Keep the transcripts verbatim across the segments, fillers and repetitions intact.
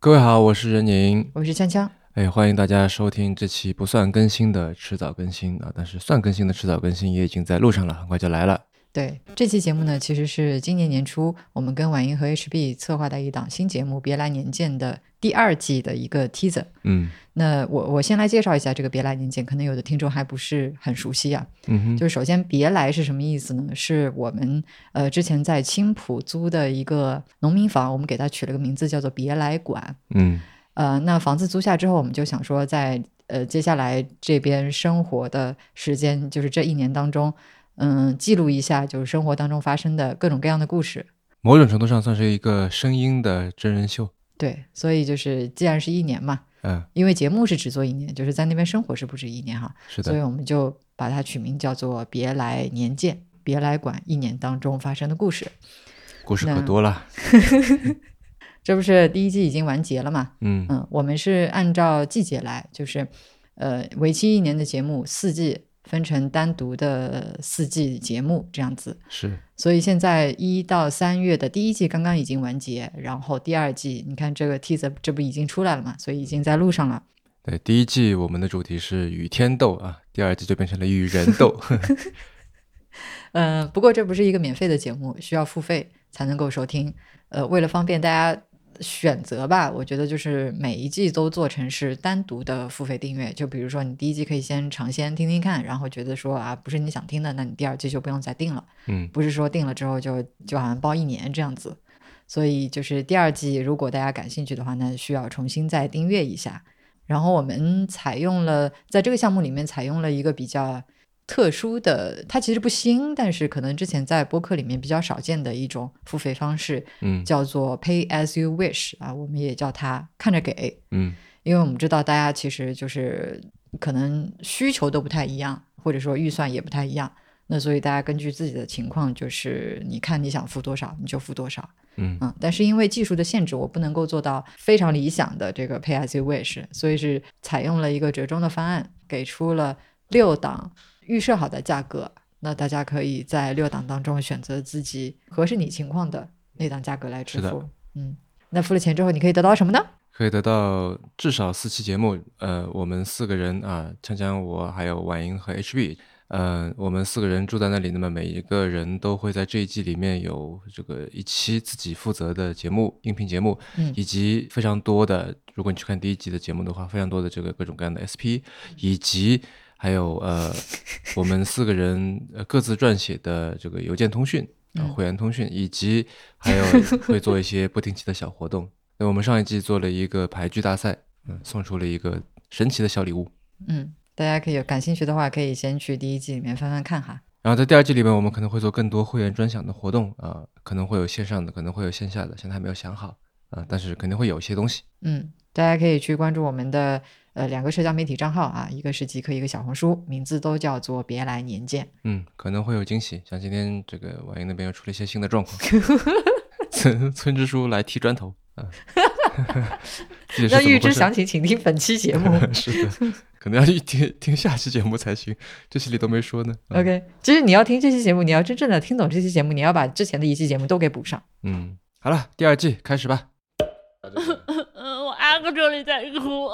各位好，我是任宁， 我是锵锵。 哎，欢迎大家收听这期不算更新的迟早更新啊，但是算更新的迟早更新也已经在路上了，很快就来了。 对，这期节目呢，其实是今年年初我们跟婉莹和 H B 策划的一档新节目《别来年见》的第二季的一个 teaser。 嗯， 那我我先来介绍一下这个《别来年见》，可能有的听众还不是很熟悉啊。 嗯哼， 就是首先“别来”是什么意思呢？是我们呃之前在青浦租的一个农民房，我们给它取了个名字叫做“别来馆”。 嗯， 呃，那房子租下之后，我们就想说在，呃接下来这边生活的时间，就是这一年当中，嗯，记录一下就是生活当中发生的各种各样的故事。 某种程度上算是一个声音的真人秀。 对，所以就是既然是一年嘛， 嗯， 因为节目是只做一年，就是在那边生活是不止一年哈， 是的， 所以我们就把它取名叫做“别来年见”，别来馆一年当中发生的故事。 故事可多了。 这不是第一季已经完结了嘛？ 嗯嗯，我们是按照季节来，就是呃，为期一年的节目，四季分成单独的四季节目这样子。 是， 所以现在一到三月的第一季刚刚已经完结，然后第二季，你看这个 teaser 这不已经出来了嘛？所以已经在路上了。 对，第一季我们的主题是与天斗啊，第二季就变成了与人斗。 嗯、呃，不过这不是一个免费的节目，需要付费才能够收听。呃，为了方便大家选择吧，我觉得就是每一季都做成是单独的付费订阅。就比如说你第一季可以先尝鲜听听看，然后觉得说啊不是你想听的，那你第二季就不用再订了。 嗯， 不是说订了之后就就好像包一年这样子。所以就是第二季如果大家感兴趣的话呢，需要重新再订阅一下。然后我们采用了在这个项目里面采用了一个比较特殊的，它其实不新，但是可能之前在播客里面比较少见的一种付费方式， 嗯， 叫做 Pay as you wish 啊，我们也叫它看着给。 嗯， 因为我们知道大家其实就是可能需求都不太一样，或者说预算也不太一样，那所以大家根据自己的情况，就是你看你想付多少你就付多少。 嗯嗯，但是因为技术的限制，我不能够做到非常理想的这个 Pay as you wish， 所以是采用了一个折中的方案，给出了六档预设好的价格，那大家可以在六档当中选择自己合适你情况的那档价格来支付。嗯，那付了钱之后你可以得到什么呢？ 可以得到至少四期节目。呃，我们四个人啊，锵锵我还有婉莹和 H B。呃，我们四个人住在那里，那么每一个人都会在这一季里面有这个一期自己负责的节目，音频节目， 嗯， 以及非常多的，如果你去看第一季的节目的话，非常多的这个各种各样的 S P， 以及还有呃，我们四个人呃各自撰写的这个邮件通讯啊、呃，会员通讯，以及还有会做一些不定期的小活动。那我们上一季做了一个牌剧大赛，嗯，送出了一个神奇的小礼物。 嗯。大家可以有感兴趣的话，可以先去第一季里面翻翻看哈。 然后在第二季里面，我们可能会做更多会员专享的活动啊、呃，可能会有线上的，可能会有线下的，现在还没有想好啊、呃，但是肯定会有一些东西。 嗯，大家可以去关注我们的呃两个社交媒体账号啊，一个是极客，一个小红书，名字都叫做别来年见。 嗯，可能会有惊喜，像今天这个婉莹那边又出了一些新的状况，村村支书来踢砖头啊。 要预知详情，请听本期节目。 是的，可能要去听听下期节目才行，这期里都没说呢。 嗯、OK， 其实你要听这期节目，你要真正的听懂这期节目，你要把之前的一期节目都给补上。 嗯，好了，第二季开始吧。 嗯，我挨个这里在哭。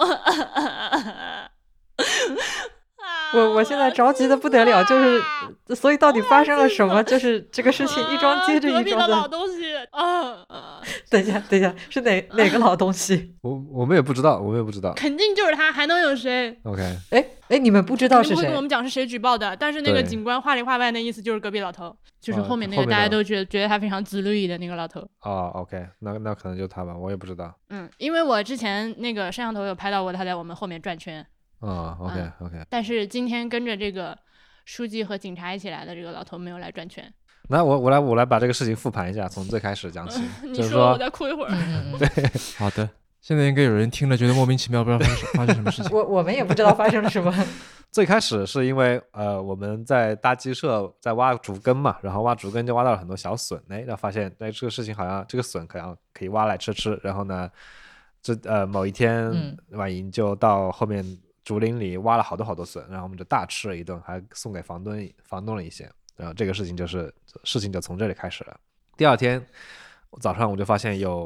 我我现在着急的不得了，就是所以到底发生了什么？就是这个事情一桩接着一桩的。隔壁的老东西啊！ 等一下，等一下，是哪哪个老东西？ 我我们也不知道，我们也不知道。 肯定就是他，还能有谁 ？OK。 哎哎，你们不知道是谁？ 不会跟我们讲是谁举报的，但是那个警官话里话外的意思就是隔壁老头，就是后面那个大家都觉得、哦、觉得他非常自律的那个老头。 哦 ，OK， 那那可能就他吧，我也不知道。 嗯，因为我之前那个摄像头有拍到过他在我们后面转圈。 哦 ，OK OK、嗯。 但是今天跟着这个书记和警察一起来的这个老头没有来转圈。 那我我来我来把这个事情复盘一下，从最开始讲起。 嗯、 你说我再哭一会儿。 对， 好的。现在应该有人听了觉得莫名其妙，不知道发生发生什么事情。 我我们也不知道发生了什么。 最开始是因为呃我们在搭鸡舍在挖竹根嘛，然后挖竹根就挖到了很多小笋，哎，然后发现哎这个事情好像这个笋可能可以挖来吃吃，然后呢，这呃某一天、嗯、婉莹就到后面竹林里挖了好多好多笋，然后我们就大吃了一顿，还送给房东房东了一些，然后这个事情就是事情就从这里开始了。第二天早上我就发现有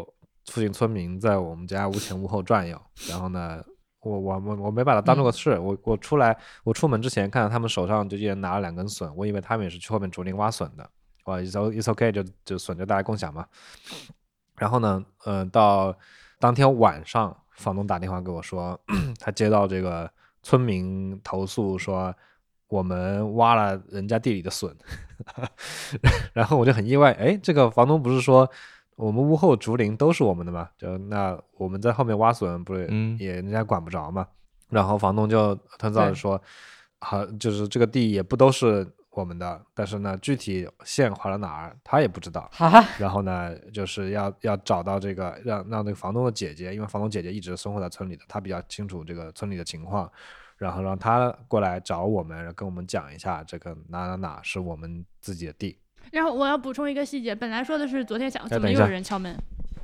附近村民在我们家屋前屋后转悠，然后呢，我我我我没把它当做个事，嗯、我我出来我出门之前看到他们手上就一人拿了两根笋，我以为他们也是去后面竹林挖笋的，我 it's okay 就就笋就大家共享嘛。然后呢，呃，到当天晚上，房东打电话给我说，他接到这个村民投诉说我们挖了人家地里的笋，然后我就很意外，哎，这个房东不是说我们屋后竹林都是我们的吗？就那我们在后面挖笋不是也人家管不着吗？嗯、然后房东就他早就说，好，就是这个地也不都是我们的，但是呢，具体线划到哪儿他也不知道。然后呢，就是要要找到这个让让那个房东的姐姐，因为房东姐姐一直生活在村里的，她比较清楚这个村里的情况，然后让她过来找我们，跟我们讲一下这个哪哪哪是我们自己的地。 然后我要补充一个细节，本来说的是昨天下午怎么又有人敲门？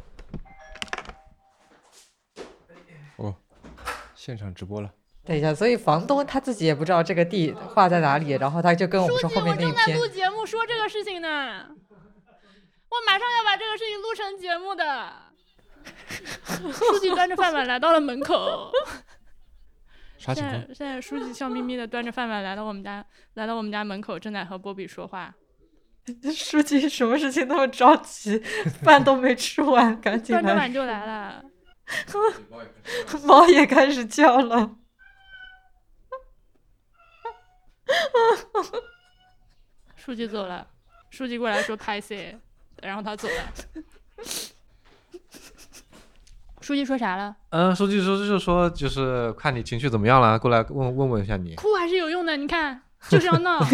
哦，现场直播了。 等一下，所以房东他自己也不知道这个地划在哪里，然后他就跟我们说后面那一篇。 书记，我正在录节目说这个事情呢，我马上要把这个事情录成节目的。书记端着饭碗来到了门口。 啥情况？ 现在现在书记笑眯眯的端着饭碗来到我们家，来到我们家门口，正在和波比说话。 书记什么事情那么着急，饭都没吃完，赶紧来。 端着碗就来了。 猫也开始叫了。 书记走了，书记过来说拍谢，然后他走了。书记说啥了？ 嗯，书记说就是说就是看你情绪怎么样了，过来问问问一下你。 哭还是有用的，你看就是要闹。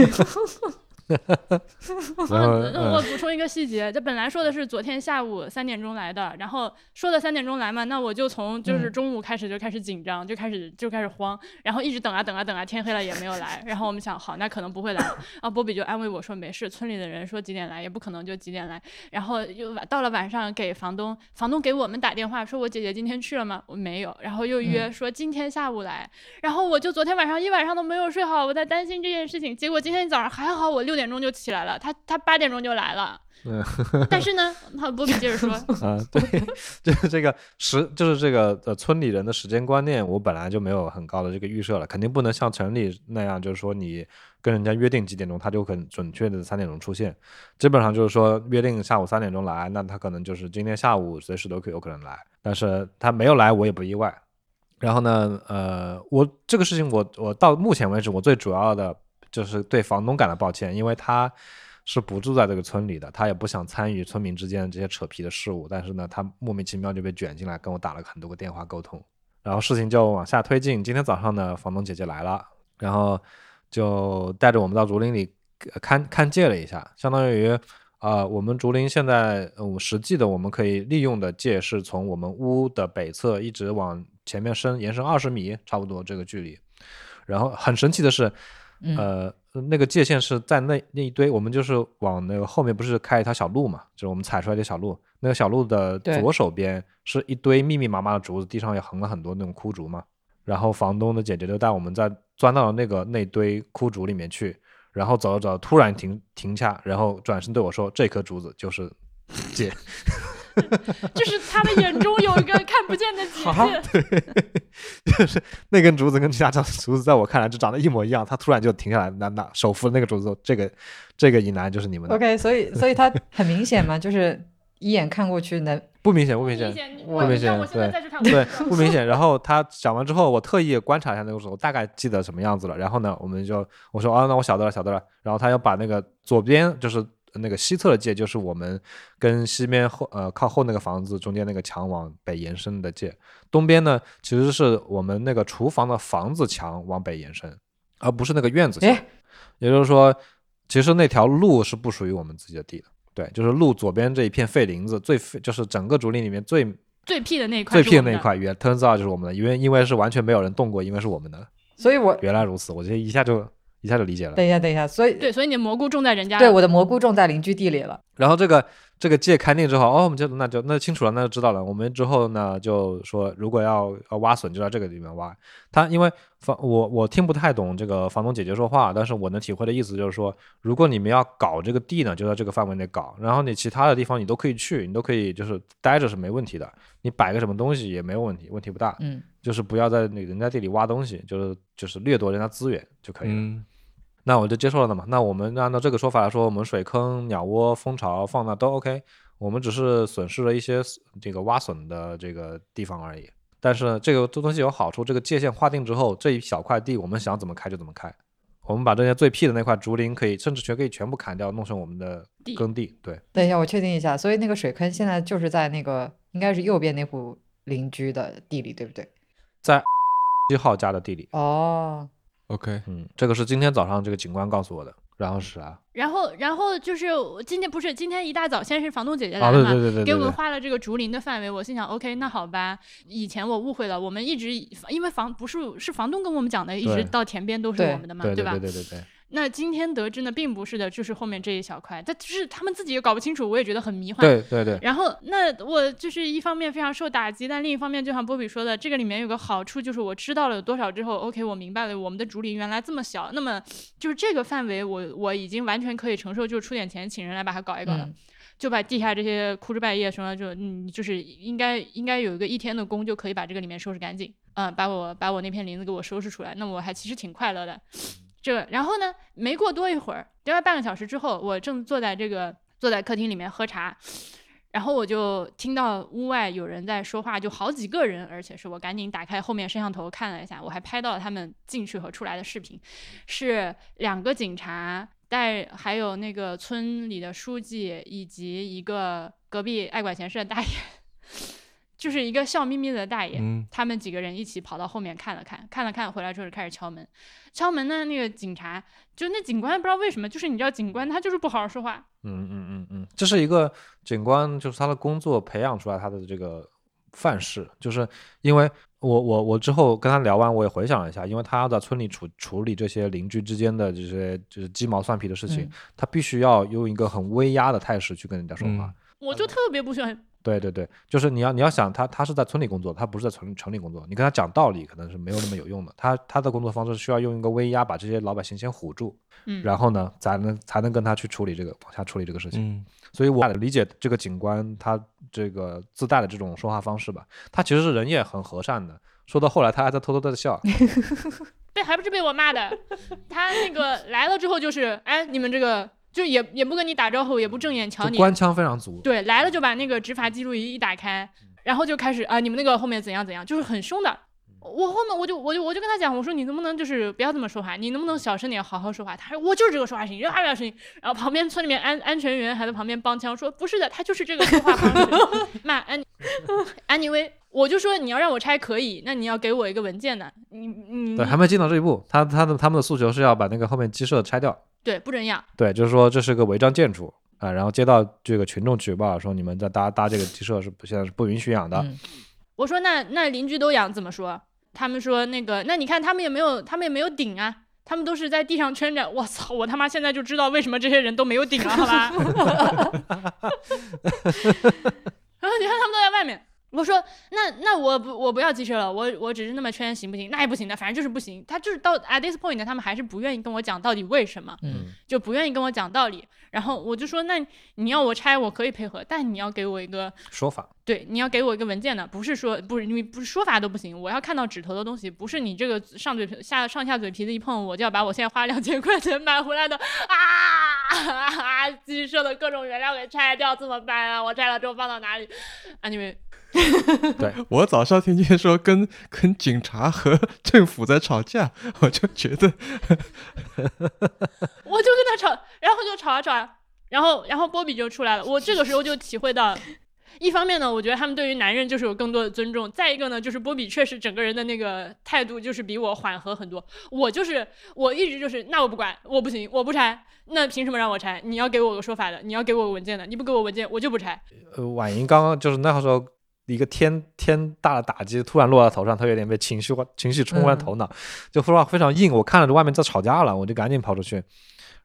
然后、 嗯、我补充一个细节，这本来说的是昨天下午三点钟来的，然后说的三点钟来嘛，那我就从就是中午开始就开始紧张、嗯、就开始就开始慌，然后一直等啊等啊等啊，天黑了也没有来，然后我们想好那可能不会来，然后波比就安慰我说没事，村里的人说几点来也不可能就几点来，然后又到了晚上给房东房东给我们打电话说我姐姐今天去了吗？我没有，然后又约说今天下午来、嗯、然后我就昨天晚上一晚上都没有睡好，我在担心这件事情，结果今天早上还好我六点钟就起来了，他他八点钟就来了，嗯，但是呢，好，波比接着说， 啊，对，就是这个时，就是这个呃村里人的时间观念，我本来就没有很高的这个预设了，肯定不能像城里那样，就是说你跟人家约定几点钟，他就很准确的三点钟出现，基本上就是说约定下午三点钟来，那他可能就是今天下午随时都可以有可能来，但是他没有来，我也不意外。然后呢，呃，我这个事情我我到目前为止，我最主要的就是对房东感到抱歉，因为他是不住在这个村里的，他也不想参与村民之间的这些扯皮的事物，但是呢，他莫名其妙就被卷进来，跟我打了很多个电话沟通，然后事情就往下推进。今天早上呢，房东姐姐来了，然后就带着我们到竹林里看看界了一下，相当于呃，我们竹林现在呃实际的我们可以利用的界是从我们屋的北侧一直往前面伸，延伸二十米，差不多这个距离。然后很神奇的是，呃。嗯那个界限是在那那一堆，我们就是往那个后面不是开一条小路嘛，就是我们踩出来的小路，那个小路的左手边是一堆密密麻麻的竹子，地上也横了很多那种枯竹嘛，然后房东的姐姐就带我们在钻到了那个那堆枯竹里面去，然后走着走突然停停下，然后转身对我说这棵竹子就是界。 就是他的眼中有一个看不见的极限， 对，就是那根竹子跟其他竹子在我看来就长得一模一样，他突然就停下来，那那手扶那个竹子，这个这个以南就是你们的。 OK， 所以所以他很明显嘛，就是一眼看过去能不明显，不明显，不明显，对对，不明显。然后他讲完之后，我特意观察一下那个时候，大概记得什么样子了。然后呢，我们就我说啊，那我晓得了，晓得了。然后他要把那个左边就是那个西侧的界，就是我们跟西边后呃靠后那个房子中间那个墙往北延伸的界。东边呢，其实是我们那个厨房的房子墙往北延伸，而不是那个院子墙。也就是说，其实那条路是不属于我们自己的地的。对，就是路左边这一片废林子，最就是整个竹林里面最最僻的那一块， 最僻的那一块，原 turns out 就是我们的，因为因为是完全没有人动过，因为是我们的。 所以我原来如此，我觉得一下就一下就理解了。 等一下，等一下，所以对，所以你的蘑菇种在人家， 对，我的蘑菇种在邻居地里了。 然后这个这个界勘定之后，哦，我们就那就那就清楚了，那就知道了。我们之后呢就说，如果要要挖笋，就在这个里面挖。他因为房我我听不太懂这个房东姐姐说话，但是我能体会的意思就是说，如果你们要搞这个地呢，就在这个范围内搞，然后你其他的地方你都可以去，你都可以就是待着是没问题的，你摆个什么东西也没有问题，问题不大。 嗯， 就是不要在那个人家地里挖东西，就是就是掠夺人家资源就可以了。 嗯那我就接受了的嘛。那我们按照这个说法来说，我们水坑、鸟窝、蜂巢放那都 OK， 我们只是损失了一些这个挖笋的这个地方而已。但是这个这东西有好处，这个界限划定之后，这一小块地我们想怎么开就怎么开。我们把这些最僻的那块竹林可以，甚至全可以全部砍掉，弄成我们的耕地。对， 等一下，我确定一下，所以那个水坑现在就是在那个应该是右边那户邻居的地里，对不对？ 在一号家的地里。 哦。 OK， 嗯，这个是今天早上这个警官告诉我的。然后是啊， 然后然后就是今天不是今天一大早，先是房东姐姐来啊， 嘛， 对对对对对， 给我们画了这个竹林的范围。我心想 ，OK， 那好吧，以前我误会了，我们一直因为房不是是房东跟我们讲的，一直到田边都是我们的嘛， 对对吧？ 对对对对对。 那今天得知呢，并不是的，就是后面这一小块，但就是他们自己也搞不清楚，我也觉得很迷幻。 对对对。 然后那我就是一方面非常受打击，但另一方面就像波比说的，这个里面有个好处，就是我知道了有多少之后 ，OK， 我明白了我们的竹林原来这么小，那么就是这个范围我我已经完全可以承受，就出点钱请人来把它搞一搞了。嗯，就把地下这些枯枝败叶什么，就嗯，就是应该应该有一个一天的工就可以把这个里面收拾干净，嗯，把我把我那片林子给我收拾出来，那我还其实挺快乐的。这然后呢，没过多一会儿，大概半个小时之后，我正坐在这个坐在客厅里面喝茶，然后我就听到屋外有人在说话，就好几个人，而且是我赶紧打开后面摄像头看了一下，我还拍到了他们进去和出来的视频，是两个警察带还有那个村里的书记以及一个隔壁爱管闲事的大爷。就是一个笑眯眯的大爷、嗯、他们几个人一起跑到后面看了看看了看，回来之后就开始敲门。敲门呢，那个警察就那警官不知道为什么，就是你知道警官他就是不好好说话。 嗯嗯嗯嗯，这是一个警官就是他的工作培养出来他的这个范式，就是因为我我我之后跟他聊完，我也回想了一下，因为他要在村里处处理这些邻居之间的这些就是鸡毛蒜皮的事情、嗯、他必须要用一个很威压的态势去跟人家说话、嗯、 我就特别不喜欢。 对对对，就是你要你要想他他是在村里工作，他不是在城城里工作，你跟他讲道理可能是没有那么有用的。他他的工作方式需要用一个威压把这些老百姓先唬住，嗯，然后呢才能才能跟他去处理这个往下处理这个事情。嗯，所以我理解这个警官他这个自带的这种说话方式吧，他其实是人也很和善的。说到后来他还在偷偷的笑。 对，还不是被我骂的。他那个来了之后就是，哎，你们这个。就也也不跟你打招呼，也不正眼瞧你， 官腔非常足。 对，来了就把那个执法记录仪一打开，然后就开始啊，你们那个后面怎样怎样，就是很凶的。我后面我就我就我就跟他讲，我说你能不能就是不要这么说话，你能不能小声点，好好说话？他说我就是这个说话声音，啊声音。然后旁边村里面安安全员还在旁边帮腔说不是的，他就是这个说话方式。骂安安妮薇，我就说你要让我拆可以，那你要给我一个文件的。你你对，还没进到这一步，他他的他们的诉求是要把那个后面鸡舍拆掉。 对，不准养。 对，就是说这是个违章建筑啊、呃，然后接到这个群众举报说你们在搭搭这个鸡舍是现在是不允许养的。嗯、 我说那那邻居都养怎么说？他们说那个那你看他们也没有他们也没有顶啊，他们都是在地上圈着。我操！我他妈现在就知道为什么这些人都没有顶了，好吧？然后你看他们都在外面。我说那那我不我不要鸡舍了，我我只是那么圈行不行？那也不行的，反正就是不行。他就是到 at this point 他们还是不愿意跟我讲到底为什么，嗯，就不愿意跟我讲道理。然后我就说那你要我拆我可以配合，但你要给我一个说法。 对，你要给我一个文件的，不是说不是你不是说法都不行，我要看到指头的东西，不是你这个上嘴皮下上下嘴皮子一碰，我就要把我现在花两千块钱买回来的啊鸡舍的各种原料给拆掉怎么办啊？我拆了之后放到哪里？啊你们。 对，我早上听见说跟跟警察和政府在吵架，我就觉得我就跟他吵，然后就吵啊吵啊，然后然后波比就出来了。我这个时候就体会到，一方面呢，我觉得他们对于男人就是有更多的尊重；再一个呢，就是波比确实整个人的那个态度就是比我缓和很多。我就是我一直就是那我不管，我不行，我不拆，那凭什么让我拆？你要给我个说法的，你要给我个文件的，你不给我文件我就不拆。 呃，婉莹刚刚就是那时候。一个天天大的打击突然落到头上，他有点被情绪情绪冲昏了头脑、嗯、就说话非常硬。我看着外面在吵架了，我就赶紧跑出去，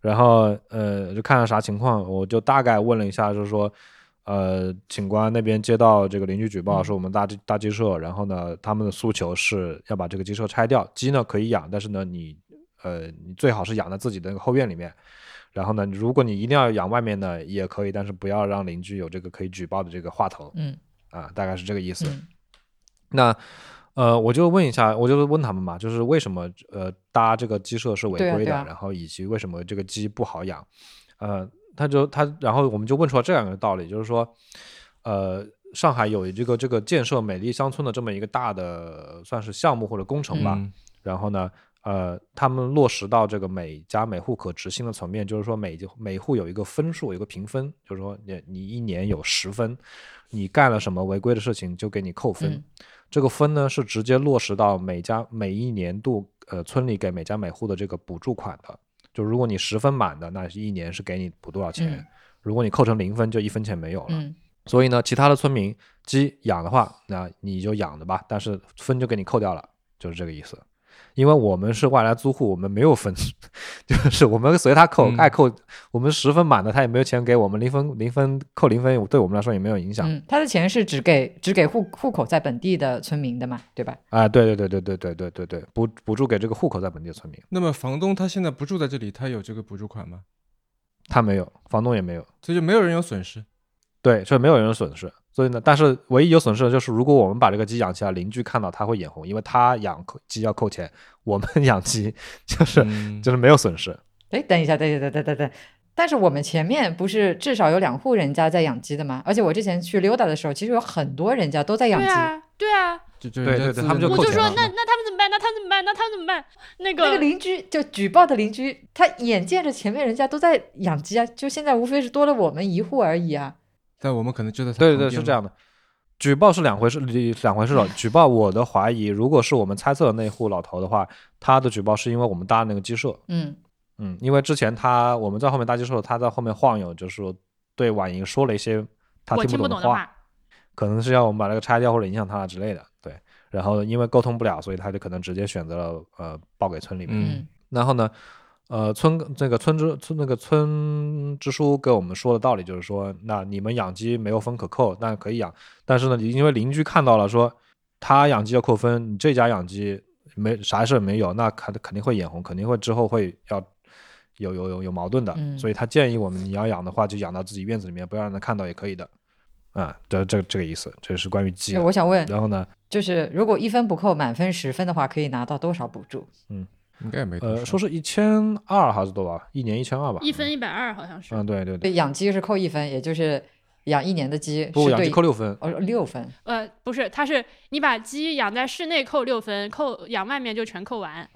然后呃就看看啥情况，我就大概问了一下，就是说呃警官那边接到这个邻居举报， 嗯说我们大大鸡舍，然后呢他们的诉求是要把这个鸡舍拆掉，鸡呢可以养，但是呢你呃你最好是养在自己的那个后院里面。然后呢，如果你一定要养外面的也可以，但是不要让邻居有这个可以举报的这个话头。 嗯啊，大概是这个意思。 嗯那呃，我就问一下，我就问他们嘛，就是为什么呃搭这个鸡舍是违规的， 对啊对啊然后以及为什么这个鸡不好养？呃，他就他，然后我们就问出了这样一个道理，就是说，呃，上海有这个这个建设美丽乡村的这么一个大的算是项目或者工程吧， 嗯然后呢。呃，他们落实到这个每家每户可执行的层面，就是说每每户有一个分数，有一个评分，就是说你你一年有十分，你干了什么违规的事情就给你扣分。 嗯这个分呢是直接落实到每家每一年度呃村里给每家每户的这个补助款的。就如果你十分满的，那一年是给你补多少钱？ 嗯如果你扣成零分，就一分钱没有了。 嗯所以呢，其他的村民鸡养的话，那你就养的吧，但是分就给你扣掉了，就是这个意思。因为我们是外来租户，我们没有分，就是我们随他扣， 嗯爱扣，我们十分满的他也没有钱给我们，零分零分扣零分，对我们来说也没有影响。 嗯，他的钱是只给只给户户口在本地的村民的嘛，对吧？ 啊，对对对对对对对对对，补补助给这个户口在本地的村民， 那么房东他现在不住在这里，他有这个补助款吗？ 他没有，房东也没有， 所以就没有人有损失。 对，所以没有人有损失。所以呢，但是唯一有损失的就是，如果我们把这个鸡养起来，邻居看到他会眼红，因为他养鸡要扣钱，我们养鸡就是、 嗯就是没有损失。 哎，等一下，等一下，等等等等。但是我们前面不是至少有两户人家在养鸡的吗？而且我之前去溜达的时候，其实有很多人家都在养鸡。 对啊，对啊， 就就对对对人家自认他们就我就说扣钱了那那他们怎么办？那他们怎么办？那他们怎么办？那个那个邻居就举报的邻居，他眼见着前面人家都在养鸡啊，就现在无非是多了我们一户而已啊。 但我们可能就在他对对对， 旁边嘛是这样的。举报是两回事，两回事了。举报我的怀疑，如果是我们猜测的那户老头的话，他的举报是因为我们搭那个鸡舍。 嗯嗯，因为之前他我们在后面搭鸡舍，他在后面晃悠，就是说对婉莹说了一些他我听听懂话， 不懂的话， 可能是要我们把这个拆掉或者影响他之类的。对，然后因为沟通不了，所以他就可能直接选择了呃报给村里面。 嗯嗯然后呢，呃，村这个村支村那个村支书跟我们说的道理就是说，那你们养鸡没有分可扣，但可以养，但是呢，因为邻居看到了说他养鸡要扣分，你这家养鸡没啥事没有，那肯肯定会眼红，肯定会之后会要有有有有矛盾的， 嗯所以他建议我们你要养的话就养到自己院子里面，不要让人看到也可以的。啊，这这这个意思，这是关于鸡的。 我想问， 然后呢， 就是如果一分不扣，满分十分的话，可以拿到多少补助？ 应该也没多呃， 少说是一千二还是多少？一年一千二吧。 一分一百二好像是。 嗯，对对对， 对，养鸡是扣一分，也就是养一年的鸡不养是对鸡扣六分。 哦六分。 呃，不是，它是你把鸡养在室内扣六分，扣养外面就全扣完。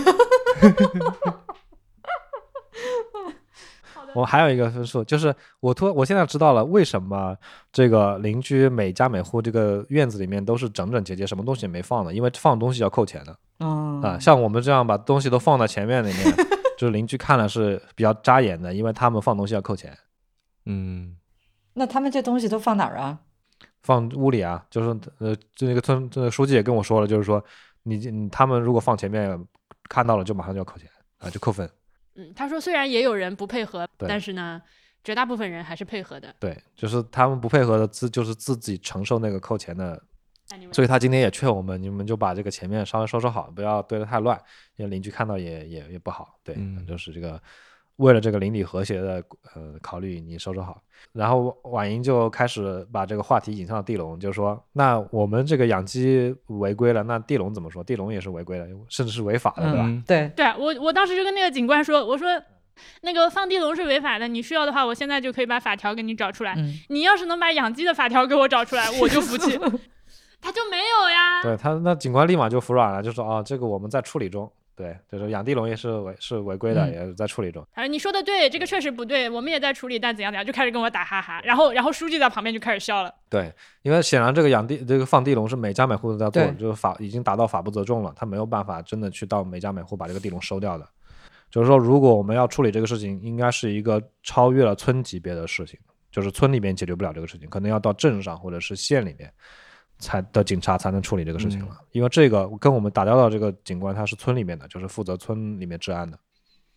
我还有一个分数，就是我突我现在知道了为什么这个邻居每家每户这个院子里面都是整整洁洁，什么东西也没放的，因为放东西要扣钱的嗯啊。像我们这样把东西都放在前面里面，就是邻居看了是比较扎眼的，因为他们放东西要扣钱。 嗯， 那他们这东西都放哪儿啊？ 放屋里啊，就是呃，就那个村这个书记也跟我说了，就是说你你他们如果放前面看到了，就马上就要扣钱啊，就扣分。 嗯，他说虽然也有人不配合， 对但是呢，绝大部分人还是配合的。 对，就是他们不配合的自就是自己承受那个扣钱的。 所所以他今天也劝我们，你们就把这个前面稍微收拾好，不要堆得太乱，因为邻居看到也也也不好。对， 嗯就是这个为了这个邻里和谐的呃考虑，你收拾好。然后婉莹就开始把这个话题引向了地笼，就说那我们这个养鸡违规了，那地笼怎么说？地笼也是违规的，甚至是违法的，对吧？ 嗯对， 对啊，我我当时就跟那个警官说，我说那个放地笼是违法的，你需要的话，我现在就可以把法条给你找出来。 嗯， 你要是能把养鸡的法条给我找出来，我就服气。他就没有呀。 对他，那警官立马就服软了，就说啊，这个我们在处理中。对，就是养地笼也是违是违规的， 嗯也是在处理中。 他说你说的对，这个确实不对，我们也在处理，但怎样怎样，就开始跟我打哈哈。然后然后书记在旁边就开始笑了。 对，因为显然这个养地这个放地笼是每家每户都在做， 对就是法已经达到法不责众了，他没有办法真的去到每家每户把这个地笼收掉的。就是说，如果我们要处理这个事情，应该是一个超越了村级别的事情，就是村里面解决不了这个事情，可能要到镇上或者是县里面才的警察才能处理这个事情了。因为这个跟我们打交道这个警官他是村里面的，就是负责村里面治安的。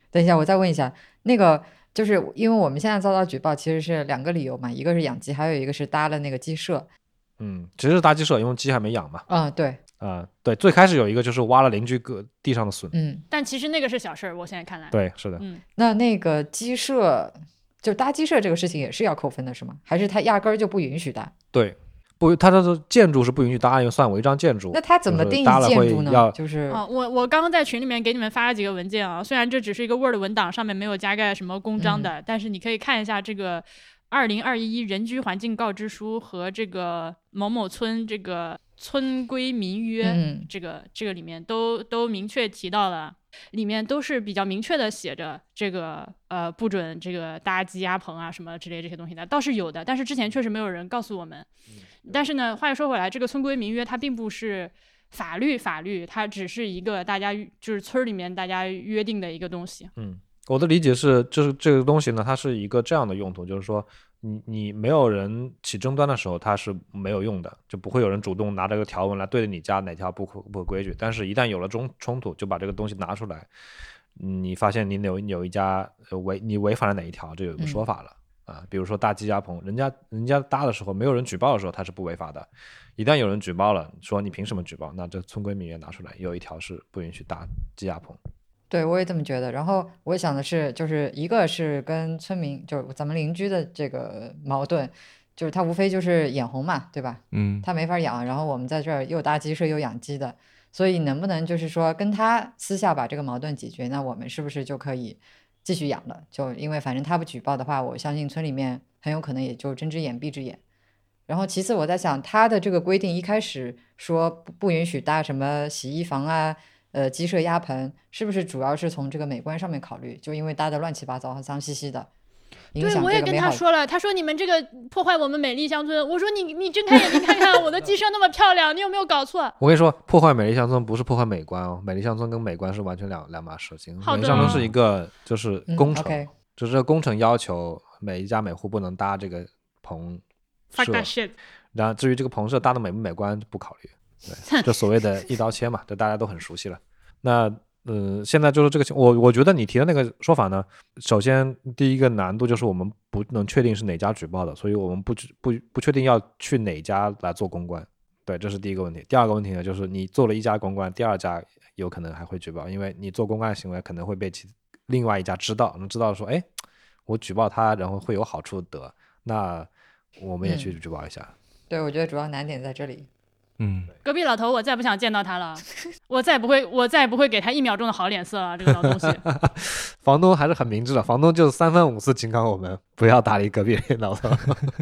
等一下，我再问一下，那个就是因为我们现在遭到举报，其实是两个理由嘛，一个是养鸡，还有一个是搭了那个鸡舍。 嗯，其实是搭鸡舍，因为鸡还没养嘛。 嗯，对， 啊、对，最开始有一个就是挖了邻居个地上的笋。 嗯， 但其实那个是小事儿，我现在看来。 对，是的。 嗯， 那那个鸡舍就搭鸡舍这个事情也是要扣分的是吗？还是他压根儿就不允许搭？ 对，不，它的建筑是不允许搭，因为算违章建筑。 那他怎么定义就是搭了建筑呢？ 会要就是哦，我我刚刚在群里面给你们发了几个文件啊，虽然这只是一个 Word 文档，上面没有加盖什么公章的，但是你可以看一下这个二零二一人居环境告知书和这个某某村这个村规民约， 嗯这个这个里面都都明确提到了，里面都是比较明确的写着这个呃不准这个搭鸡鸭棚啊什么之类这些东西的，倒是有的，但是之前确实没有人告诉我们。但是呢，话又说回来，这个村规民约它并不是法律法律，它只是一个大家就是村里面大家约定的一个东西。 嗯，我的理解是，就是这个东西呢，它是一个这样的用途，就是说你你没有人起争端的时候，它是没有用的，就不会有人主动拿这个条文来对着你家哪条不合不合规矩。但是，一旦有了冲冲突，就把这个东西拿出来，你发现你有你有一家呃违你违反了哪一条，就有一个说法了。啊，比如说搭鸡鸭棚，人家人家搭的时候没有人举报的时候，它是不违法的。一旦有人举报了，说你凭什么举报？那这村规民约拿出来，有一条是不允许搭鸡鸭棚。 对，我也这么觉得。然后我想的是，就是一个是跟村民，就是咱们邻居的这个矛盾，就是他无非就是眼红嘛，对吧？ 嗯， 他没法养，然后我们在这儿又搭鸡舍又养鸡的，所以能不能就是说跟他私下把这个矛盾解决？那我们是不是就可以继续养了？就因为反正他不举报的话，我相信村里面很有可能也就睁只眼闭只眼。然后其次我在想，他的这个规定一开始说不不允许搭什么洗衣房啊。呃，鸡舍鸭棚是不是主要是从这个美观上面考虑？就因为搭的乱七八糟和脏兮兮的，影对， 响我也跟这个美好。 他说了，他说你们这个破坏我们美丽乡村。我说你你睁开眼睛看看，我的鸡舍那么漂亮，你有没有搞错？ 我跟你说，破坏美丽乡村不是破坏美观哦，美丽乡村跟美观是完全两两码事情。 好的美丽乡村是一个就是嗯工程， OK 就是这个工程要求每一家每户不能搭这个棚 Fuck 舍 that，shit。 然后至于这个棚舍搭的美不美观不考虑，对，这所谓的一刀切嘛，这大家都很熟悉了。那呃，现在就是这个情，我我觉得你提的那个说法呢，首先第一个难度就是我们不能确定是哪家举报的，所以我们不不不确定要去哪家来做公关，对，这是第一个问题。第二个问题呢，就是你做了一家公关，第二家有可能还会举报，因为你做公关的行为可能会被其另外一家知道，能知道说，哎，我举报他，然后会有好处得，那我们也去举报一下。 嗯、对，我觉得主要难点在这里。 嗯， 隔壁老头，我再不想见到他了，我再不会，我再也不会给他一秒钟的好脸色了。这个老东西， 房东还是很明智的，房东就是三番五次警告我们不要搭理隔壁老头。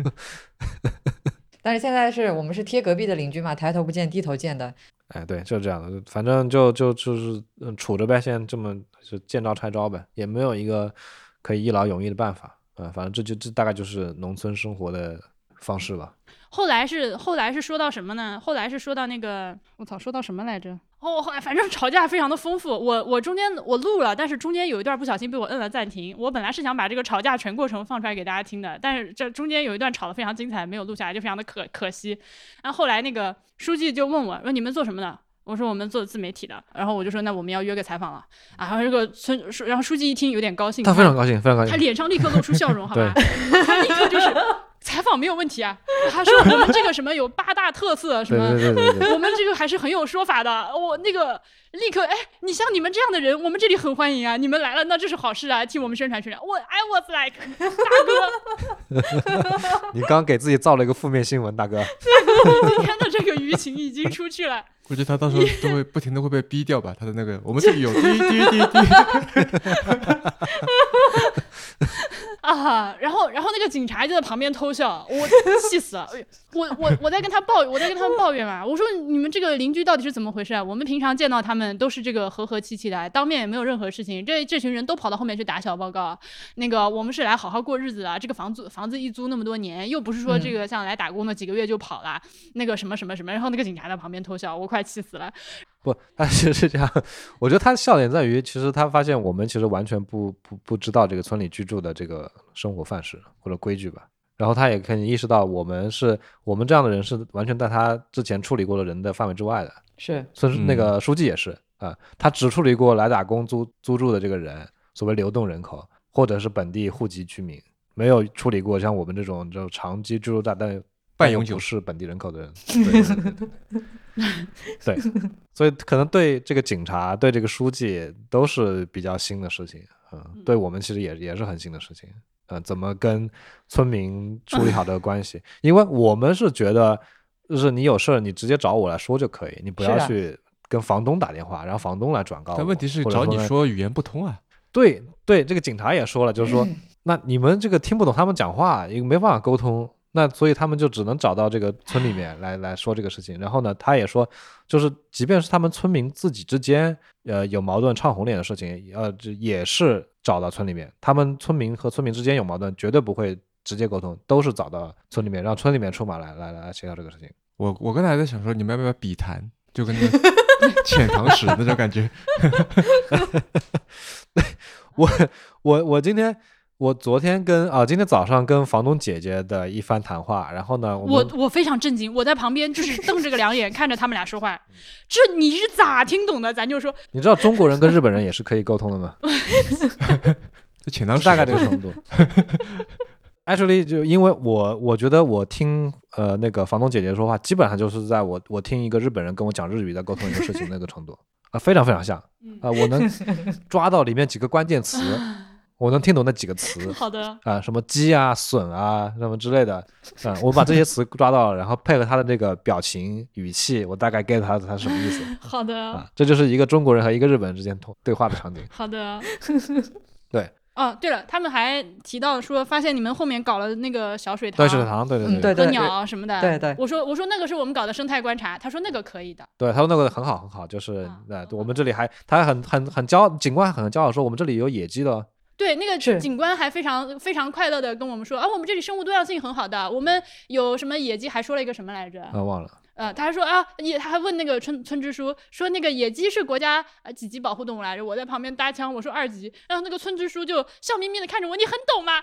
但是现在是我们是贴隔壁的邻居嘛，抬头不见低头见的。 哎，对，就是这样的，反正就就就是嗯处着呗，现在这么就见招拆招呗，也没有一个可以一劳永逸的办法啊、呃。反正这就这大概就是农村生活的方式吧。 后来是后来是说到什么呢？后来是说到那个，我操，说到什么来着？哦，后来反正吵架非常的丰富。我我中间我录了，但是中间有一段不小心被我摁了暂停。我本来是想把这个吵架全过程放出来给大家听的，但是这中间有一段吵得非常精彩，没有录下来，就非常的可可惜。然后后来那个书记就问我说：“你们做什么的？”我说：“我们做自媒体的。”然后我就说：“那我们要约个采访了。”啊，然后这个村，然后书记一听有点高兴， 他非常高兴，非常高兴， 他脸上立刻露出笑容，好吧？他立刻就是。采访没有问题啊，他说我们这个什么有八大特色什么， 对对对对对， 我们这个还是很有说法的。我那个立刻，哎，你像你们这样的人，我们这里很欢迎啊，你们来了那这是好事啊，替我们宣传宣传。我 I was like 大哥， 你刚给自己造了一个负面新闻，大哥。 大哥，今天的这个舆情已经出去了。 估计他到时候都会不停的会被逼掉吧，他的那个我们这里有滴滴滴滴。 啊，然后然后那个警察就在旁边偷笑，我气死了。我我我在跟他抱，我在跟他们抱怨嘛。我说你们这个邻居到底是怎么回事啊？我们平常见到他们都是这个和和气气的，当面也没有任何事情。这这群人都跑到后面去打小报告。那个我们是来好好过日子的，这个房租房子一租那么多年，又不是说这个像来打工的几个月就跑了，嗯、那个什么什么什么。然后那个警察在旁边偷笑，我快气死了。 不，他是是这样。我觉得他的笑点在于，其实他发现我们其实完全不不不知道这个村里居住的这个生活范式或者规矩吧。然后他也可以意识到，我们是我们这样的人是完全在他之前处理过的人的范围之外的。 是， 村那个书记也是啊、呃，他只处理过来打工租租住的这个人， 所谓流动人口或者是本地户籍居民，没有处理过像我们这种就长期居住在但半永久不是本地人口的人。对对对对对，所以可能对这个警察对这个书记都是比较新的事情，嗯，对我们其实也也是很新的事情。呃，怎么跟村民处理好这个关系？因为我们是觉得，就是你有事儿你直接找我来说就可以，你不要去跟房东打电话，然后房东来转告我。 但问题是找你说语言不通啊。 对对，这个警察也说了，就是说，那你们这个听不懂他们讲话，也没办法沟通，那所以他们就只能找到这个村里面来来说这个事情。然后呢，他也说，就是即便是他们村民自己之间，呃，有矛盾唱红脸的事情，呃，也是找到村里面。他们村民和村民之间有矛盾，绝对不会直接沟通，都是找到村里面，让村里面出马来来来协调这个事情。 我我刚才还在想说，你们要不要笔谈，就跟那个遣唐使那种感觉。 我我我今天。我昨天跟啊，今天早上跟房东姐姐的一番谈话，然后呢，我我我非常震惊，我在旁边就是瞪着个两眼看着他们俩说话，这你是咋听懂的？咱就说， 你知道中国人跟日本人也是可以沟通的吗？ 这遣唐使大概这个程度。Actually， 就因为我我觉得我听呃那个房东姐姐说话，基本上就是在我我听一个日本人跟我讲日语在沟通一个事情那个程度啊、呃，非常非常像啊、呃，我能抓到里面几个关键词。我能听懂那几个词， 好的啊、呃，什么鸡啊、笋啊，什么之类的，嗯、呃，我把这些词抓到了，然后配合他的这个表情、语气，我大概 get 他他是什么意思。 好的啊，这就是一个中国人和一个日本人之间对话的场景。 好的， 对。 哦，对了，他们还提到说，发现你们后面搞了那个小水塘， 对，水塘，对对对， 和鸟什么的， 对对。 我说我说那个是我们搞的生态观察，他说那个可以的。 对，他说那个很好很好，就是呃、 啊， 我们这里还他很很很骄傲，警官很骄傲说我们这里有野鸡的。 对，那个警官还非常非常快乐的跟我们说啊，我们这里生物多样性很好的，我们有什么野鸡，还说了一个什么来着？ 啊，忘了。 呃，他还说啊，也他还问那个村村支书说那个野鸡是国家呃几级保护动物来着？我在旁边搭腔，我说二级，然后那个村支书就笑眯眯的看着我，你很懂吗？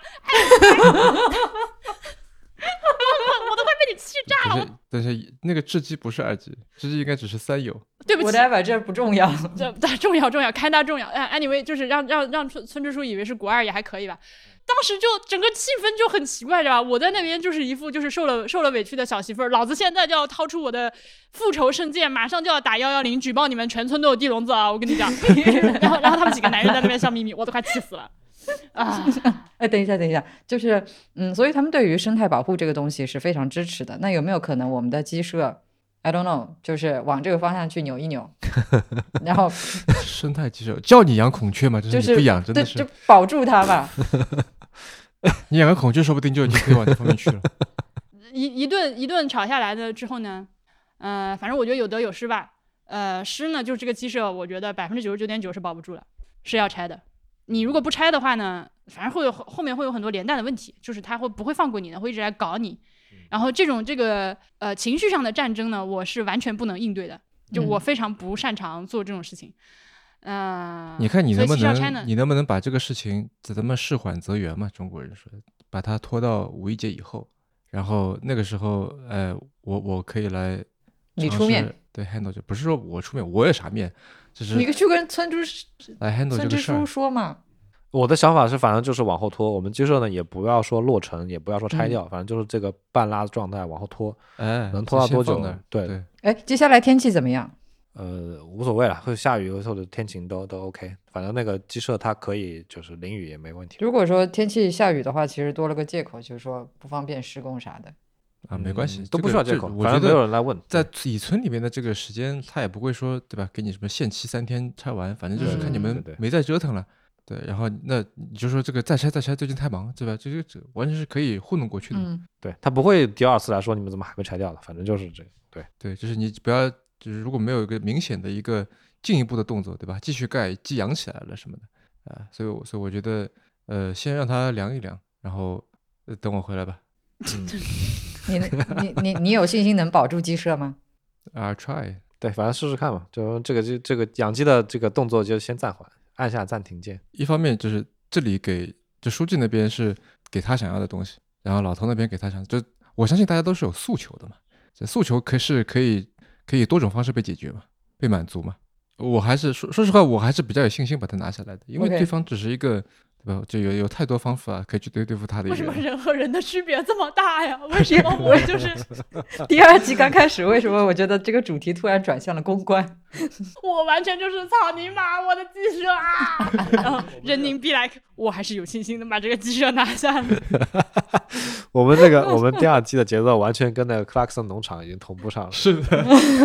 我都快被你气炸了。 但是那个雉鸡不是二级，雉鸡应该只是三有。 对不起 ，whatever， 这不重要， 这重要重要，开大重要。哎 ，anyway， 就是让让让村村支书以为是国二也还可以吧。当时就整个气氛就很奇怪，是吧？我在那边就是一副就是受了受了委屈的小媳妇儿，老子现在就要掏出我的复仇圣剑，马上就要打幺幺零举报你们全村都有地笼子啊！我跟你讲。然后然后他们几个男人在那边笑眯眯，我都快气死了。啊， 哎，等一下，等一下，就是，嗯，所以他们对于生态保护这个东西是非常支持的。那有没有可能我们的鸡舍 ，I don't know， 就是往这个方向去扭一扭，然后生态鸡舍叫你养孔雀嘛，就是你不养，真的是就保住它吧。 你养个孔雀，说不定就已经可以往这方面去了。 一一顿一顿吵下来的之后呢，呃，反正我觉得有得有失吧。呃，失呢，就是这个鸡舍，我觉得百分之九十九点九是保不住了，是要拆的。你如果不拆的话呢，反正会有后面会有很多连带的问题，就是他会不会放过你呢？会一直来搞你。然后这种这个呃情绪上的战争呢，我是完全不能应对的，就我非常不擅长做这种事情。嗯、呃， 你看你能不能呢你能不能把这个事情咱们事缓则圆嘛？中国人说，把它拖到五一节以后，然后那个时候，呃，我我可以来， 你出面对 handle 就不是说我出面，我有啥面，就是你去跟村支来 handle 这个事儿。 说嘛。 我的想法是，反正就是往后拖。我们鸡舍呢，也不要说落成，也不要说拆掉，嗯、反正就是这个半拉的状态往后拖。 哎， 能拖到多久？对对。 哎，接下来天气怎么样？ 呃，无所谓了，会下雨或者天晴都都 OK。反正那个鸡舍它可以就是淋雨也没问题。 如果说天气下雨的话，其实多了个借口，就是说不方便施工啥的。 啊，没关系， 嗯、都不需要借口。 我觉得没有人来问。 在乙村里面的这个时间，他也不会说对吧？给你什么限期三天拆完，反正就是看你们没再折腾了。嗯对，然后那你就说这个再拆再拆最近太忙，对吧？这个这完全是可以糊弄过去的。 嗯， 对他不会第二次来说你们怎么还没拆掉的，反正就是这个。对对，就是你不要，就是如果没有一个明显的一个进一步的动作，对吧？继续盖，鸡养起来了什么的啊，所以我所以我觉得，呃，先让它凉一凉，然后、呃、等我回来吧。 嗯，你你你你有信心能保住鸡舍吗 ？I'll try。 对，反正试试看嘛，就这个这这个养鸡的这个动作就先暂缓。按下暂停键。 一方面就是这里给就书记那边是给他想要的东西，然后老头那边给他想，就我相信大家都是有诉求的嘛，这诉求可是可以可以多种方式被解决嘛，被满足嘛。 我还是说说实话，我还是比较有信心把它拿下来的，因为 OK 对方只是一个对吧？就有有太多方法可以去对对付他的一为什么个人。 人和人的区别这么大呀？为什么我就是第二季刚开始，为什么我觉得这个主题突然转向了公关？ 我完全就是操你妈，我的鸡舍啊！然后人宁必来，我还是有信心的把这个鸡舍拿下来。 我们这个我们第二季的节奏完全跟那个克拉克森农场已经同步上了。 是的，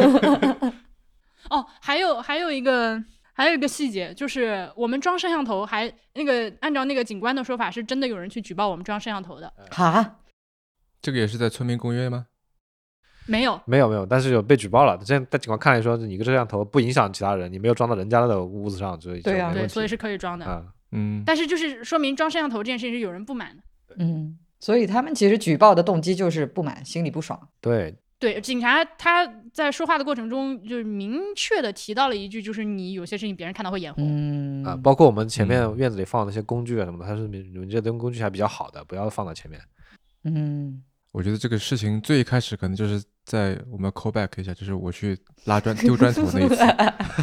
哦，还有还有一个还有一个细节，就是我们装摄像头还那个按照那个警官的说法，是真的有人去举报我们装摄像头的。 哈， 这个也是在村民公约吗？ 没有， 没有没有，但是有被举报了。这在警官看来说，你一个摄像头不影响其他人，你没有装到人家的屋子上，所以对啊对， 就没问题所以是可以装的。 啊。 嗯， 但是就是说明装摄像头这件事情是有人不满的。 嗯，所以他们其实举报的动机就是不满，心里不爽。 对， 对，警察他在说话的过程中，就是明确的提到了一句，就是你有些事情别人看到会眼红。 嗯啊，包括我们前面嗯院子里放的那些工具啊什么的，它是你们这些工具还比较好的，不要放在前面。 嗯， 我觉得这个事情最一开始可能就是在我们 call back 一下，就是我去拉砖丢砖头那一次。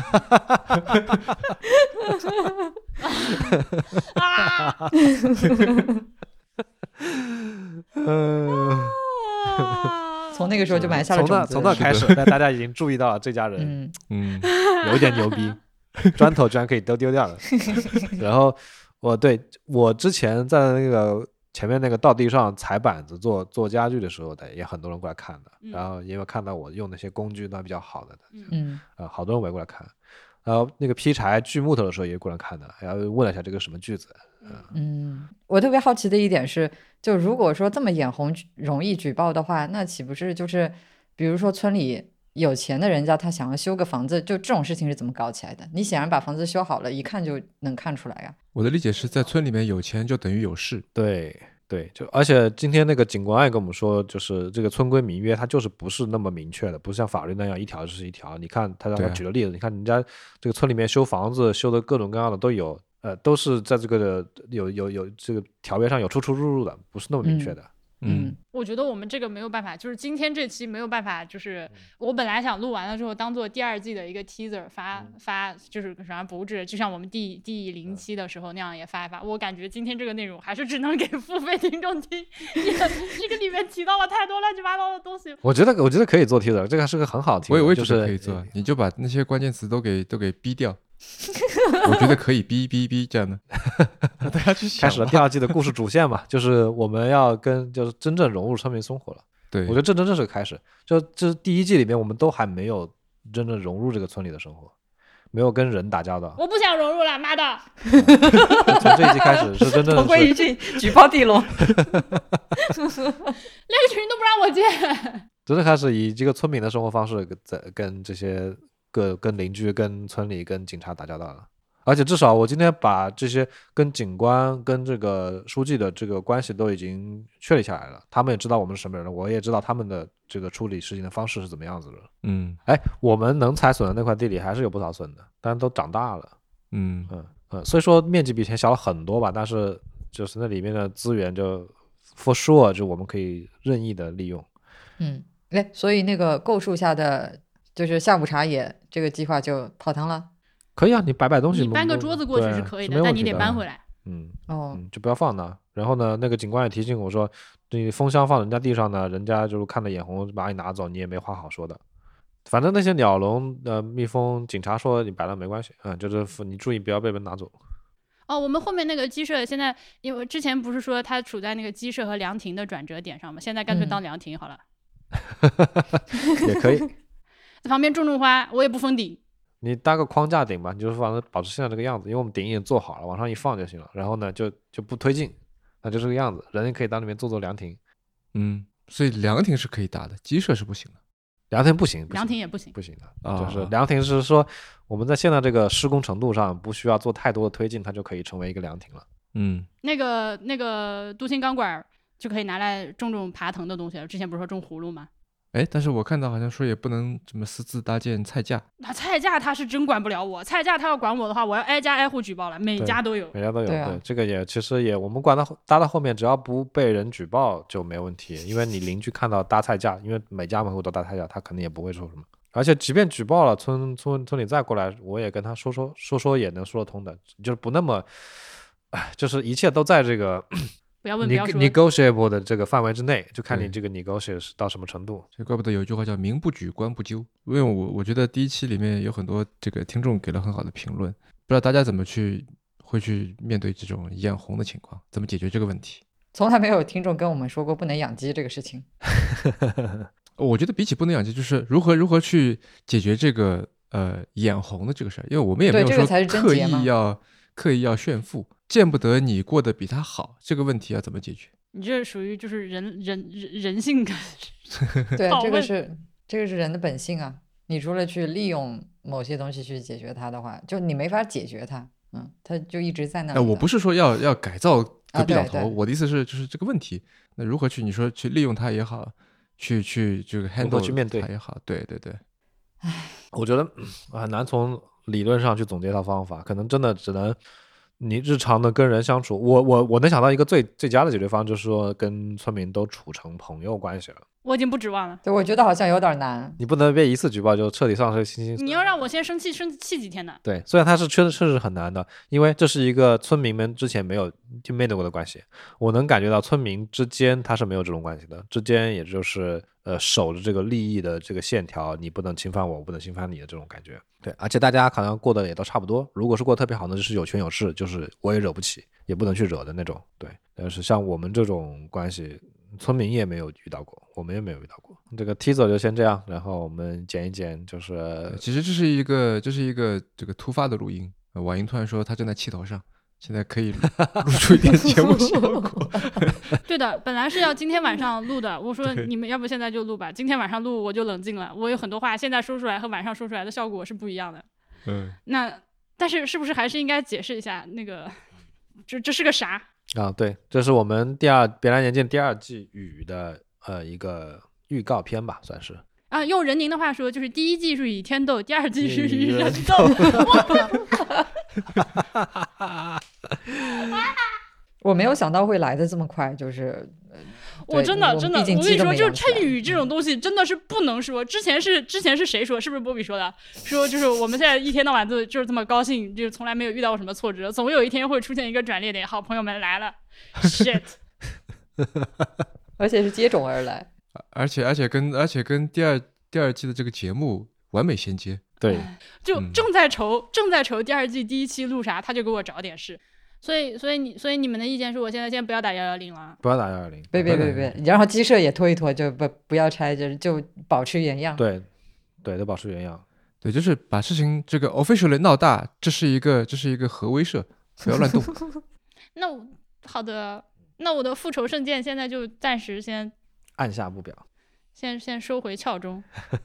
啊！ 嗯， 从那个时候就埋下了从那种子。 从那开始，但大家已经注意到了这家人嗯嗯， 有一点牛逼，砖头居然可以都丢掉了。然后我对我之前在那个前面那个稻地上踩板子做做家具的时候的，也很多人过来看的。 嗯然后因为看到我用那些工具都比较好的， 嗯呃，好多人围过来看。然后那个劈柴锯木头的时候也过来看的，然后问了一下这个什么锯子。 嗯，我特别好奇的一点是，就如果说这么眼红容易举报的话，那岂不是就是，比如说村里有钱的人家他想要修个房子，就这种事情是怎么搞起来的？你显然把房子修好了，一看就能看出来呀、 我的理解是在村里面有钱就等于有势。 对对，就而且今天那个警官也跟我们说，就是这个村规民约，它就是不是那么明确的，不像法律那样一条就是一条。你看他让他对啊举的例子，你看人家这个村里面修房子修的各种各样的都有，呃，都是在这个有有有这个条约上有出出入入的，不是那么明确的。 嗯， 我觉得我们这个没有办法，就是今天这期没有办法，就是我本来想录完了之后当做第二季的一个 teaser 发发，就是什么布置，就像我们第第零期的时候那样也发一发。我感觉今天这个内容还是只能给付费听众听，也这个里面提到了太多乱七八糟的东西。 我觉得我觉得可以做 teaser，这个还是个很好的 teaser， 我也我也觉就是得可以做，你就把那些关键词都给都给逼掉。我觉得可以逼逼逼这样的，大家去想开始了第二季的故事主线嘛，就是我们要跟就是真正融入村民生活了。 对， 我觉得这真正是个开始，就这第一季里面我们都还没有真正融入这个村里的生活，没有跟人打交道。 我不想融入了，妈的！ 从这一季开始是真正同归于是尽，举报地龙。 连个群都不让我建。 真正开始以这个村民的生活方式跟在跟这些各跟邻居、跟村里、跟警察打交道了。而且至少我今天把这些跟警官、跟这个书记的这个关系都已经确立下来了，他们也知道我们是什么人了，我也知道他们的这个处理事情的方式是怎么样子的。 嗯哎，我们能采损的那块地里还是有不少笋的，但都长大了。 嗯嗯嗯，虽说面积比以前小了很多吧，但是就是那里面的资源就 for sure 就我们可以任意的利用。 嗯，哎，所以那个构树下的就是下午茶也这个计划就泡汤了。 可以啊，你摆摆东西， 你搬个桌子过去是可以的，但你得搬回来。 嗯哦， 嗯，就不要放那。然后呢，那个警官也提醒我说，你蜂箱放人家地上呢，人家就是看了眼红把你拿走，你也没话好说的。反正那些鸟笼、呃蜜蜂，警察说你摆了没关系，嗯，就是你注意不要被人拿走。 哦，我们后面那个鸡舍现在，因为之前不是说它处在那个鸡舍和凉亭的转折点上吗？现在干脆当凉亭好了， 也可以， 在旁边种种花，我也不封顶。 你搭个框架顶吧，你就是反正保持现在这个样子，因为我们顶已经做好了，往上一放就行了。然后呢，就就不推进，那就这个样子，人也可以到里面做做凉亭。 嗯，所以凉亭是可以打的，鸡舍是不行的。 凉亭不行，不行凉亭也不行。 不行的， 啊就是凉亭是说我们在现在这个施工程度上不需要做太多的推进，它就可以成为一个凉亭了。 嗯， 那个那个镀锌钢管就可以拿来种种爬藤的东西了。之前不是说种葫芦吗？ 哎，但是我看到好像说也不能这么私自搭建菜架。 那菜价他是真管不了我，菜价他要管我的话，我要挨家挨户举报了，每家都有。 每家都有， 对啊对，这个也其实也我们管到搭到后面，只要不被人举报就没问题，因为你邻居看到搭菜架，因为每家每户都搭菜架，他肯定也不会说什么。 而且即便举报了，村村村里再过来，我也跟他说说说说也能说得通的，就是不那么，哎，就是一切都在这个不要问不要说 negotiable 的这个范围之内，就看你对这个 negotiate 是到什么程度。 所以怪不得有一句话叫民不举官不究，因为我我觉得第一期里面有很多这个听众给了很好的评论，不知道大家怎么去会去面对这种眼红的情况，怎么解决这个问题。 从来没有听众跟我们说过不能养鸡这个事情。 我觉得比起不能养鸡，就是如何如何去解决这个呃眼红的这个事儿，因为我们也没有说对这个才是症刻结嘛意要刻意要炫富，见不得你过得比他好，这个问题要怎么解决？ 你这属于就是人人人人性的对， 拷问这个是这个是人的本性啊。你除了去利用某些东西去解决它的话，就你没法解决它，嗯，它就一直在那里呃， 的。 我不是说要要改造隔壁老头， 啊对对我的意思是就是这个问题，那如何去你说去利用它也好，去去这个如何 handle 去面对它也好，对对对。 我觉得嗯很难从理论上去总结一套方法，可能真的只能你日常的跟人相处。我我我能想到一个最最佳的解决方案，就是说跟村民都处成朋友关系了。 我已经不指望了。 对，我觉得好像有点难。 你不能被一次举报就彻底丧失信心。 你要让我先生气生气几天呢？ 对，虽然它是确实确实很难的，因为这是一个村民们之前没有就面对过的关系。我能感觉到村民之间他是没有这种关系的，之间也就是呃守着这个利益的这个线条，你不能侵犯我，我不能侵犯你的这种感觉。对，而且大家好像过得也都差不多。如果是过得特别好呢，就是有权有势，就是我也惹不起，也不能去惹的那种。对，但是像我们这种关系，村民也没有遇到过，我们也没有遇到过。这个 teaser 就先这样，然后我们剪一剪，就是呃其实这是一个这是一个这个突发的录音。呃婉莹突然说她正在气头上，现在可以录录出一点节目效果。 对的，本来是要今天晚上录的，我说对你们要不现在就录吧，今天晚上录我就冷静了。我有很多话现在说出来和晚上说出来的效果是不一样的。 嗯， 那但是是不是还是应该解释一下那个这这是个啥？ 啊，对，这是我们第二《别来年鉴》第二季雨的呃一个预告片吧，算是。 啊，用任宁的话说，就是第一季是与天斗，第二季是与与人人斗。 我没有想到会来的这么快，就是呃我对们真的真的，我跟毕竟鸡都你说，就是没养起来谶语这种东西真的是不能说。之前是之前是谁说？是不是波比说的？说就是我们现在一天到晚都就是这么高兴，就是从来没有遇到过什么挫折，总有一天会出现一个转捩点。好，朋友们来了 ，shit。 而且是接踵而来。 而且而且跟而且跟第二第二季的这个节目完美衔接。 对， 嗯就正在愁，正在愁第二季第一期录啥，他就给我找点事。所以，所以你，所以你们的意见是我现在先不要打幺幺零了。 不要打幺幺零。 别别别别，然后鸡舍也拖一拖，就不不要拆，就就保持原样。 对，对，都保持原样。 对，就是把事情这个 officially 闹大，这是一个这是一个核威慑，不要乱动。 那我好的，那我的复仇圣剑现在就暂时先按下不表。 先先收回鞘中。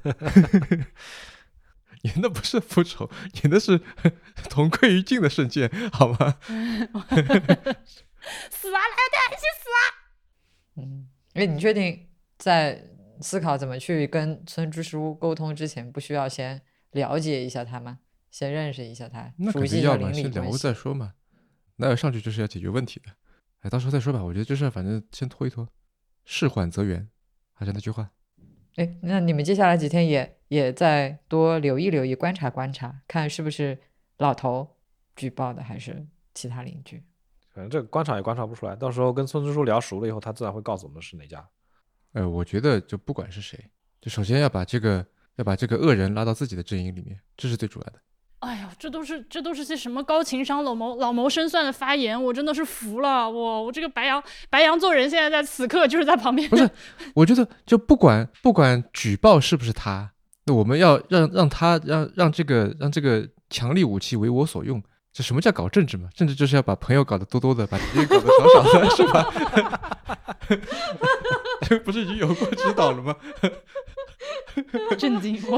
你那不是复仇，你那是同归于尽的圣剑，好吗？ 死啊！来的，一起死啊！ 嗯，因为你确定在思考怎么去跟村支书沟通之前，不需要先了解一下他吗？先认识一下他， 那熟悉一下邻肯定要嘛，先聊里关系。 再说嘛。那要上去就是要解决问题的，哎，到时候再说吧。我觉得这事儿反正先拖一拖，事缓则圆，还是那句话。 哎，那你们接下来几天也也再多留意留意，观察观察，看是不是老头举报的，还是其他邻居。 反正这个观察也观察不出来，到时候跟村支书聊熟了以后，他自然会告诉我们是哪家。 呃，我觉得就不管是谁，就首先要把这个要把这个恶人拉到自己的阵营里面，这是最主要的。 哎呀，这都是这都是些什么高情商、老谋老谋深算的发言，我真的是服了。我我这个白羊白羊座人现在在此刻就是在旁边。 不是，我觉得就不管不管举报是不是他，那我们要让让他让让这个让这个强力武器为我所用。这什么叫搞政治嘛？政治就是要把朋友搞得多多的，把敌人搞得少少的，是吧？这不是已经有过指导了吗？ 震惊我。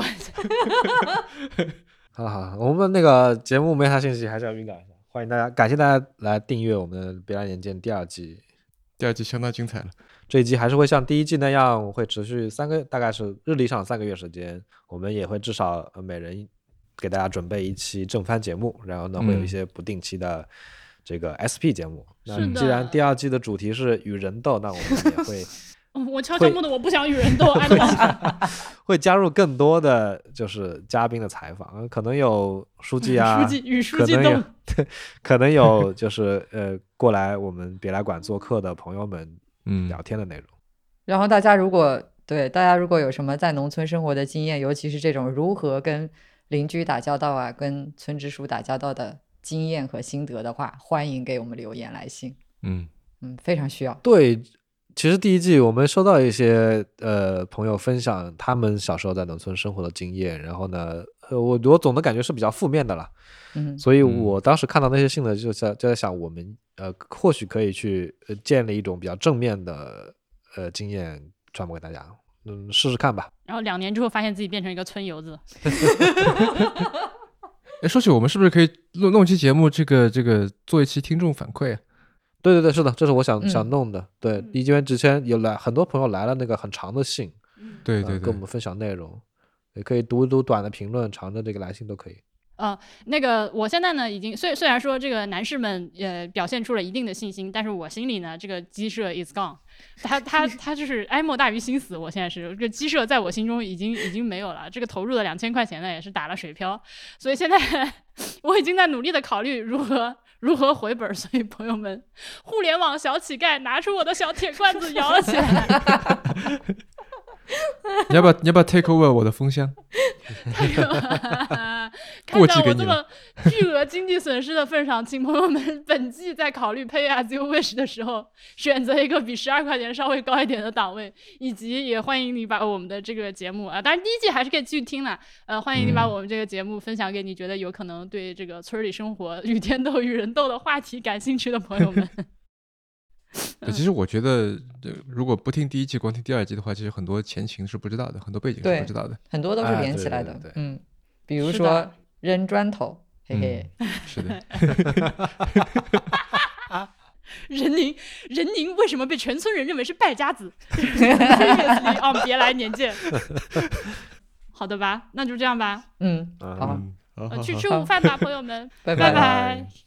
好了好了，我们那个节目没啥信息，还是要预告一下，欢迎大家，感谢大家来订阅我们的《别来年鉴》第二季。 第二季相当精彩了， 这一季还是会像第一季那样，会持续三个，大概是日历上三个月时间。我们也会至少呃每人给大家准备一期正番节目，然后呢会有一些不定期的这个 S P 节目。那是的既然第二季的主题是与人斗，那我们也会我悄悄摸的，我不想与人斗，爱的忘会加入更多的就是嘉宾的采访，可能有书记啊， 书记与书记可能有斗， 对，可能有就是呃过来我们别来馆做客的朋友们嗯聊天的内容。 然后大家如果对大家如果有什么在农村生活的经验，尤其是这种如何跟邻居打交道啊，跟村支书打交道的经验和心得的话，欢迎给我们留言来信。 嗯嗯，非常需要。 对，其实第一季我们收到一些呃朋友分享他们小时候在农村生活的经验，然后呢，呃，我我总的感觉是比较负面的啦， 嗯， 所以我当时看到那些信呢，就在就在想，我们呃或许可以去呃建立一种比较正面的呃经验传播给大家，嗯，试试看吧。 然后两年之后发现自己变成一个村游子。 哎，说起我们是不是可以弄弄期节目，这个这个做一期听众反馈啊？ 对对对，是的，这是我想、 嗯想弄的。对， 嗯因为之前有来很多朋友来了那个很长的信， 对对对呃跟我，们分享内容，也可以读一读短的评论，长的这个来信都可以。 呃，那个我现在呢，已经虽虽然说这个男士们呃表现出了一定的信心，但是我心里呢，这个鸡舍 is gone， 他他他就是哀莫大于心死。我现在是这个鸡舍在我心中已经已经没有了，这个投入的两千块钱呢也是打了水漂，所以现在我已经在努力的考虑如何如何回本。所以朋友们，互联网小乞丐，拿出我的小铁罐子摇了起来。 你要不要你要不要 take over 我的风箱？ 看过继给你在我这么巨额经济损失的份上，请朋友们本季在考虑 Pay as you wish 的时候，选择一个比十二块钱稍微高一点的档位，以及也欢迎你把我们的这个节目啊，当然第一季还是可以继续听的，呃，欢迎你把我们这个节目分享给你觉得有可能对这个村里生活、与天斗、与人斗的话题感兴趣的朋友们。 对，其实我觉得，这如果不听第一季，光听第二季的话，其实很多前情是不知道的，很多背景是对不知道的。 很多都是哎对连起来的。 对对对嗯，比如说是的扔砖头，嘿嘿。 嗯，是的， 任宁，任宁为什么被全村人认为是败家子？Previously on 别来年鉴。好的吧，那就这样吧， 嗯， 嗯好， 嗯，好呃好好去吃午饭吧，朋友们， 拜拜拜。 拜。